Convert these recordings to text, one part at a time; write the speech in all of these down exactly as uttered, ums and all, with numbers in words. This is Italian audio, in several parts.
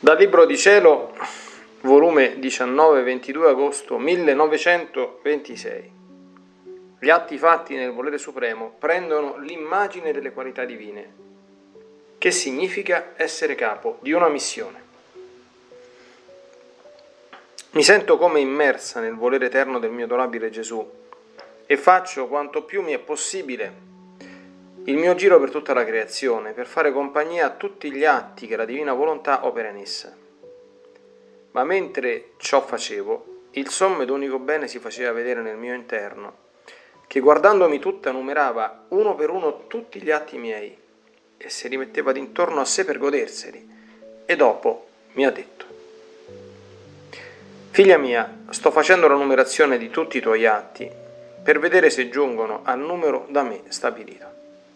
Dal Libro di Cielo, volume diciannove ventidue agosto millenovecentoventisei. Gli atti fatti nel volere supremo prendono l'immagine delle qualità divine, che significa essere capo di una missione. Mi sento come immersa nel volere eterno del mio adorabile Gesù e faccio quanto più mi è possibile il mio giro per tutta la creazione, per fare compagnia a tutti gli atti che la divina volontà opera in essa. Ma mentre ciò facevo, il sommo ed unico bene si faceva vedere nel mio interno, che guardandomi tutta numerava uno per uno tutti gli atti miei e si rimetteva d'intorno a sé per goderseli, e dopo mi ha detto: «Figlia mia, sto facendo la numerazione di tutti i tuoi atti per vedere se giungono al numero da me stabilito.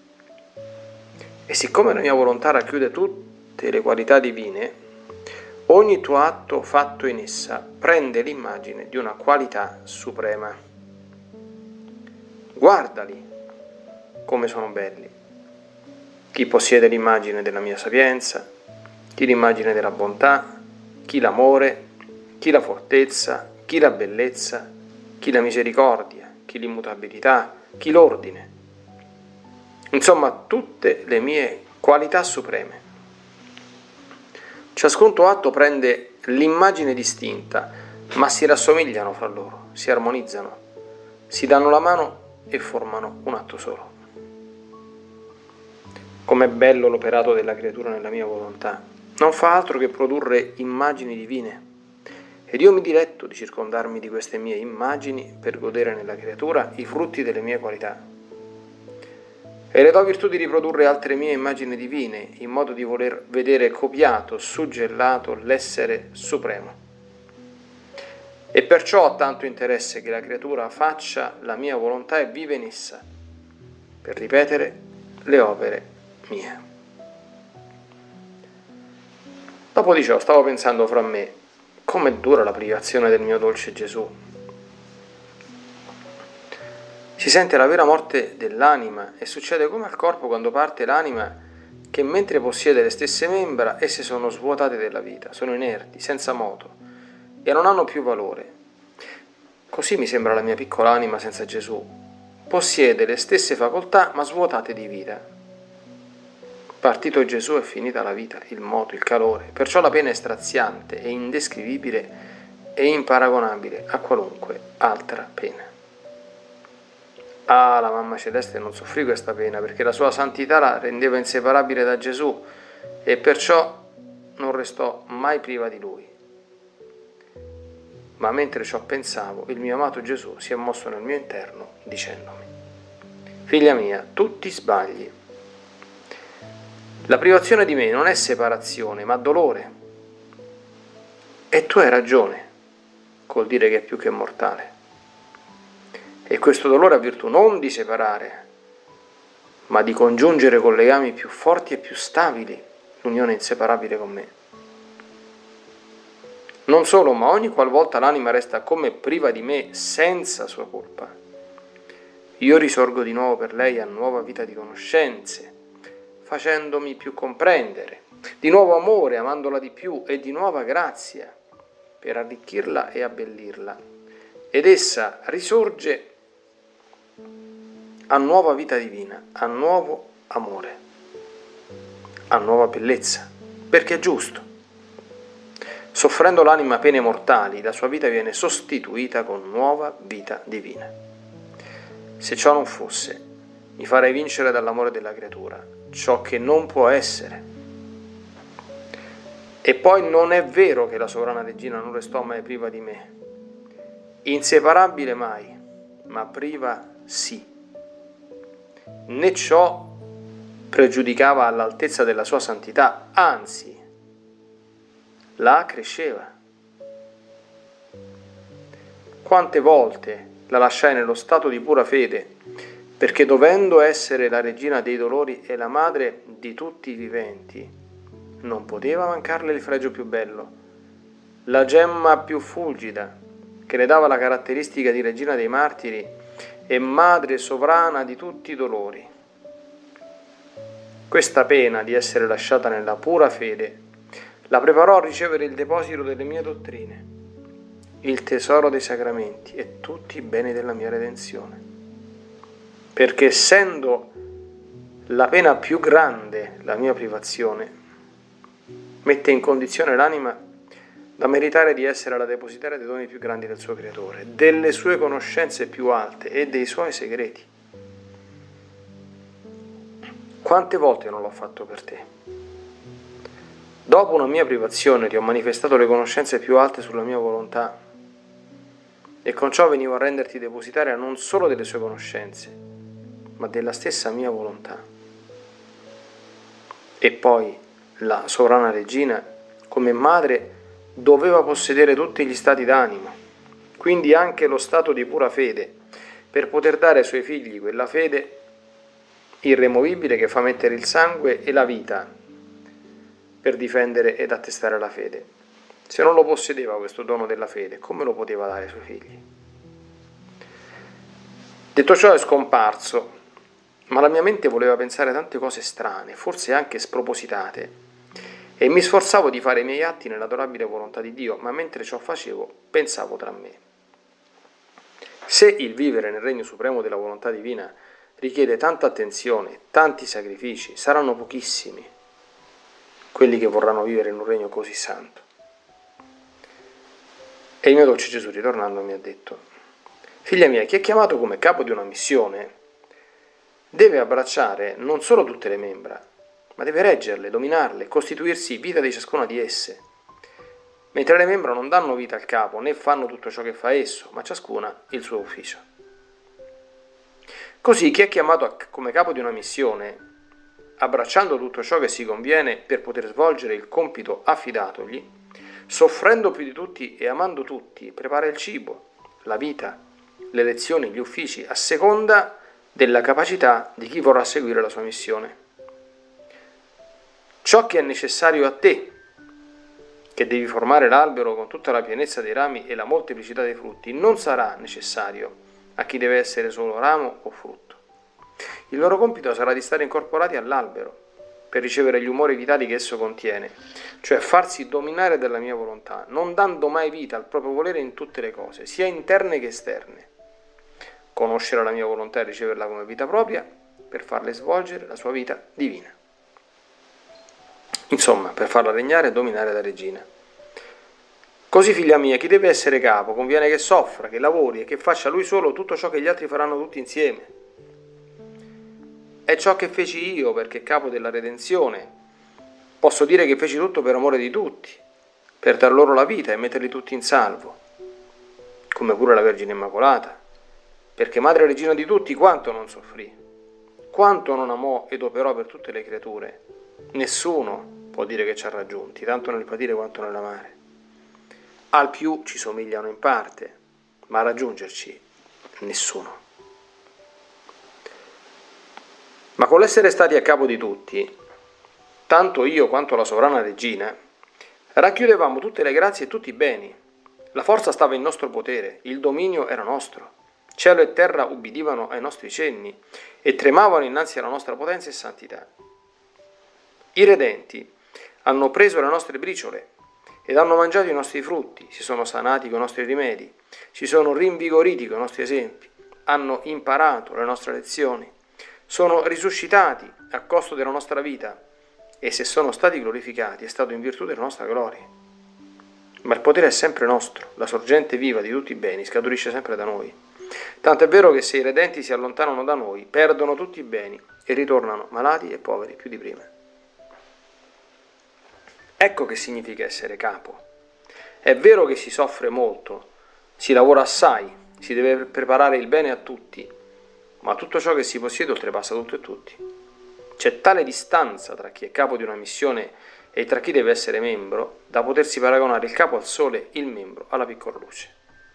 E siccome la mia volontà racchiude tutte le qualità divine, ogni tuo atto fatto in essa prende l'immagine di una qualità suprema. Guardali come sono belli. Chi possiede l'immagine della mia sapienza, chi l'immagine della bontà, chi l'amore, chi la fortezza, chi la bellezza, chi la misericordia, chi l'immutabilità, chi l'ordine. Insomma, tutte le mie qualità supreme. Ciascun tuo atto prende l'immagine distinta, ma si rassomigliano fra loro, si armonizzano, si danno la mano e formano un atto solo. Com'è bello l'operato della creatura nella mia volontà! Non fa altro che produrre immagini divine, ed io mi diletto di circondarmi di queste mie immagini per godere nella creatura i frutti delle mie qualità. E le do virtù di riprodurre altre mie immagini divine, in modo di voler vedere copiato, suggellato l'essere supremo. E perciò ho tanto interesse che la creatura faccia la mia volontà e vive in essa, per ripetere le opere mie». Dopo di ciò stavo pensando fra me: com'è dura la privazione del mio dolce Gesù. Si sente la vera morte dell'anima e succede come al corpo quando parte l'anima, che mentre possiede le stesse membra, esse sono svuotate della vita, sono inerti, senza moto e non hanno più valore. Così mi sembra la mia piccola anima senza Gesù. Possiede le stesse facoltà ma svuotate di vita. Partito Gesù è finita la vita, il moto, il calore, perciò la pena è straziante e indescrivibile e imparagonabile a qualunque altra pena. Ah, la mamma celeste non soffrì questa pena, perché la sua santità la rendeva inseparabile da Gesù e perciò non restò mai priva di lui. Ma mentre ciò pensavo, il mio amato Gesù si è mosso nel mio interno dicendomi: «Figlia mia, tu ti sbagli. La privazione di me non è separazione, ma dolore. E tu hai ragione col dire che è più che mortale. E questo dolore ha virtù non di separare, ma di congiungere con legami più forti e più stabili l'unione inseparabile con me. Non solo, ma ogni qualvolta l'anima resta come priva di me senza sua colpa, io risorgo di nuovo per lei a nuova vita di conoscenze, facendomi più comprendere, di nuovo amore, amandola di più, e di nuova grazia, per arricchirla e abbellirla. Ed essa risorge a nuova vita divina, a nuovo amore, a nuova bellezza, perché è giusto. Soffrendo l'anima pene mortali, la sua vita viene sostituita con nuova vita divina. Se ciò non fosse, mi farei vincere dall'amore della creatura ciò che non può essere. E poi non è vero che la sovrana regina non restò mai priva di me. Inseparabile mai, ma priva sì. Né ciò pregiudicava all'altezza della sua santità, anzi, la accresceva. Quante volte la lasciai nello stato di pura fede, perché dovendo essere la regina dei dolori e la madre di tutti i viventi, non poteva mancarle il fregio più bello, la gemma più fulgida, che le dava la caratteristica di regina dei martiri e madre sovrana di tutti i dolori. Questa pena di essere lasciata nella pura fede La preparò a ricevere il deposito delle mie dottrine, il tesoro dei sacramenti e tutti i beni della mia redenzione. Perché essendo la pena più grande la mia privazione, mette in condizione l'anima da meritare di essere la depositaria dei doni più grandi del suo creatore, delle sue conoscenze più alte e dei suoi segreti. Quante volte non l'ho fatto per te? Dopo una mia privazione ti ho manifestato le conoscenze più alte sulla mia volontà e con ciò venivo a renderti depositaria non solo delle sue conoscenze, ma della stessa mia volontà. E poi la sovrana regina, come madre, doveva possedere tutti gli stati d'animo, quindi anche lo stato di pura fede, per poter dare ai suoi figli quella fede irremovibile che fa mettere il sangue e la vita per difendere ed attestare la fede. Se non lo possedeva questo dono della fede, come lo poteva dare ai suoi figli? Detto ciò è scomparso, ma la mia mente voleva pensare tante cose strane, forse anche spropositate, e mi sforzavo di fare i miei atti nell'adorabile volontà di Dio, ma mentre ciò facevo, pensavo tra me. Se il vivere nel regno supremo della volontà divina richiede tanta attenzione, tanti sacrifici, saranno pochissimi quelli che vorranno vivere in un regno così santo. E il mio dolce Gesù, ritornando, mi ha detto: figlia mia, chi è chiamato come capo di una missione deve abbracciare non solo tutte le membra, ma deve reggerle, dominarle, costituirsi vita di ciascuna di esse, mentre le membra non danno vita al capo, né fanno tutto ciò che fa esso, ma ciascuna il suo ufficio. Così chi è chiamato a, come capo di una missione, abbracciando tutto ciò che si conviene per poter svolgere il compito affidatogli, soffrendo più di tutti e amando tutti, prepara il cibo, la vita, le lezioni, gli uffici, a seconda della capacità di chi vorrà seguire la sua missione. Ciò che è necessario a te, che devi formare l'albero con tutta la pienezza dei rami e la molteplicità dei frutti, non sarà necessario a chi deve essere solo ramo o frutto. Il loro compito sarà di stare incorporati all'albero per ricevere gli umori vitali che esso contiene, cioè farsi dominare dalla mia volontà, non dando mai vita al proprio volere in tutte le cose, sia interne che esterne. Conoscere la mia volontà e riceverla come vita propria per farle svolgere la sua vita divina. Insomma, per farla regnare e dominare la regina. Così, figlia mia, chi deve essere capo conviene che soffra, che lavori e che faccia lui solo tutto ciò che gli altri faranno tutti insieme. È ciò che feci io, perché capo della redenzione. Posso dire che feci tutto per amore di tutti, per dar loro la vita e metterli tutti in salvo, come pure la Vergine Immacolata, perché madre regina di tutti, quanto non soffrì, quanto non amò ed operò per tutte le creature. Nessuno può dire che ci ha raggiunti, tanto nel patire quanto nell'amare. Al più ci somigliano in parte, ma a raggiungerci nessuno. Ma con l'essere stati a capo di tutti, tanto io quanto la sovrana regina, racchiudevamo tutte le grazie e tutti i beni. La forza stava in nostro potere, il dominio era nostro. Cielo e terra ubbidivano ai nostri cenni e tremavano innanzi alla nostra potenza e santità. I redenti hanno preso le nostre briciole ed hanno mangiato i nostri frutti, si sono sanati con i nostri rimedi, si sono rinvigoriti con i nostri esempi, hanno imparato le nostre lezioni, sono risuscitati a costo della nostra vita e se sono stati glorificati è stato in virtù della nostra gloria. Ma il potere è sempre nostro, la sorgente viva di tutti i beni scaturisce sempre da noi. Tanto è vero che se i redenti si allontanano da noi, perdono tutti i beni e ritornano malati e poveri più di prima. Ecco che significa essere capo. È vero che si soffre molto, si lavora assai, si deve preparare il bene a tutti, ma tutto ciò che si possiede oltrepassa tutto e tutti. C'è tale distanza tra chi è capo di una missione e tra chi deve essere membro, da potersi paragonare il capo al sole, il membro alla piccola luce.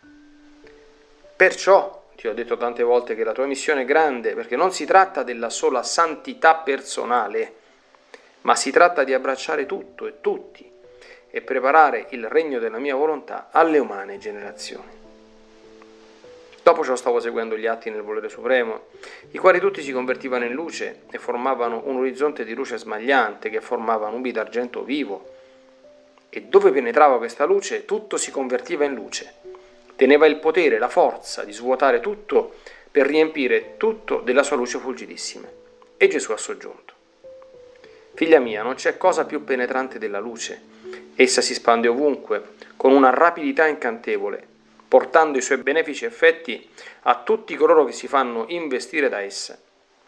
Perciò ti ho detto tante volte che la tua missione è grande, perché non si tratta della sola santità personale, ma si tratta di abbracciare tutto e tutti e preparare il regno della mia volontà alle umane generazioni. Dopo ciò stavo seguendo gli atti nel volere supremo, i quali tutti si convertivano in luce e formavano un orizzonte di luce smagliante che formava nubi d'argento vivo e dove penetrava questa luce tutto si convertiva in luce. Teneva il potere, la forza di svuotare tutto per riempire tutto della sua luce fulgidissima. E Gesù ha soggiunto: figlia mia, non c'è cosa più penetrante della luce. Essa si spande ovunque, con una rapidità incantevole, portando i suoi benefici effetti a tutti coloro che si fanno investire da essa.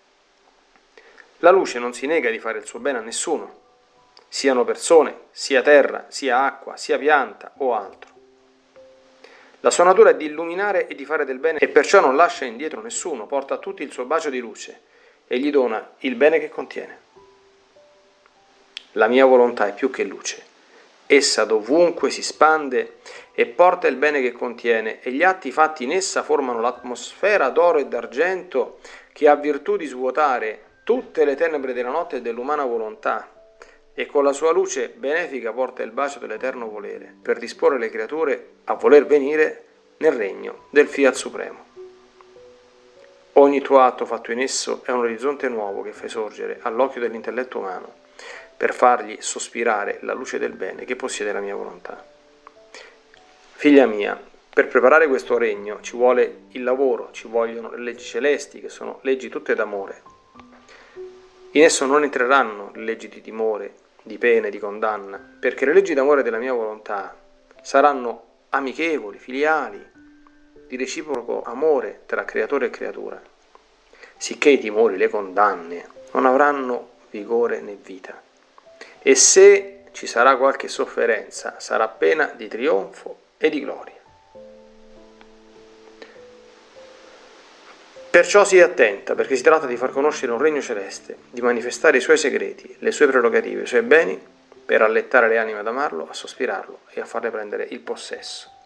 La luce non si nega di fare il suo bene a nessuno, siano persone, sia terra, sia acqua, sia pianta o altro. La sua natura è di illuminare e di fare del bene e perciò non lascia indietro nessuno, porta a tutti il suo bacio di luce e gli dona il bene che contiene. La mia volontà è più che luce. Essa dovunque si spande e porta il bene che contiene e gli atti fatti in essa formano l'atmosfera d'oro e d'argento che ha virtù di svuotare tutte le tenebre della notte e dell'umana volontà e con la sua luce benefica porta il bacio dell'eterno volere per disporre le creature a voler venire nel regno del Fiat Supremo. Ogni tuo atto fatto in esso è un orizzonte nuovo che fai sorgere all'occhio dell'intelletto umano per fargli sospirare la luce del bene che possiede la mia volontà. Figlia mia, per preparare questo regno ci vuole il lavoro, ci vogliono le leggi celesti che sono leggi tutte d'amore. In esso non entreranno le leggi di timore, di pena e di condanna, perché le leggi d'amore della mia volontà saranno amichevoli, filiali, di reciproco amore tra creatore e creatura, sicché i timori, le condanne non avranno vigore né vita. E se ci sarà qualche sofferenza, sarà pena di trionfo e di gloria. Perciò sii attenta, perché si tratta di far conoscere un regno celeste, di manifestare i suoi segreti, le sue prerogative, i suoi beni, per allettare le anime ad amarlo, a sospirarlo e a farle prendere il possesso.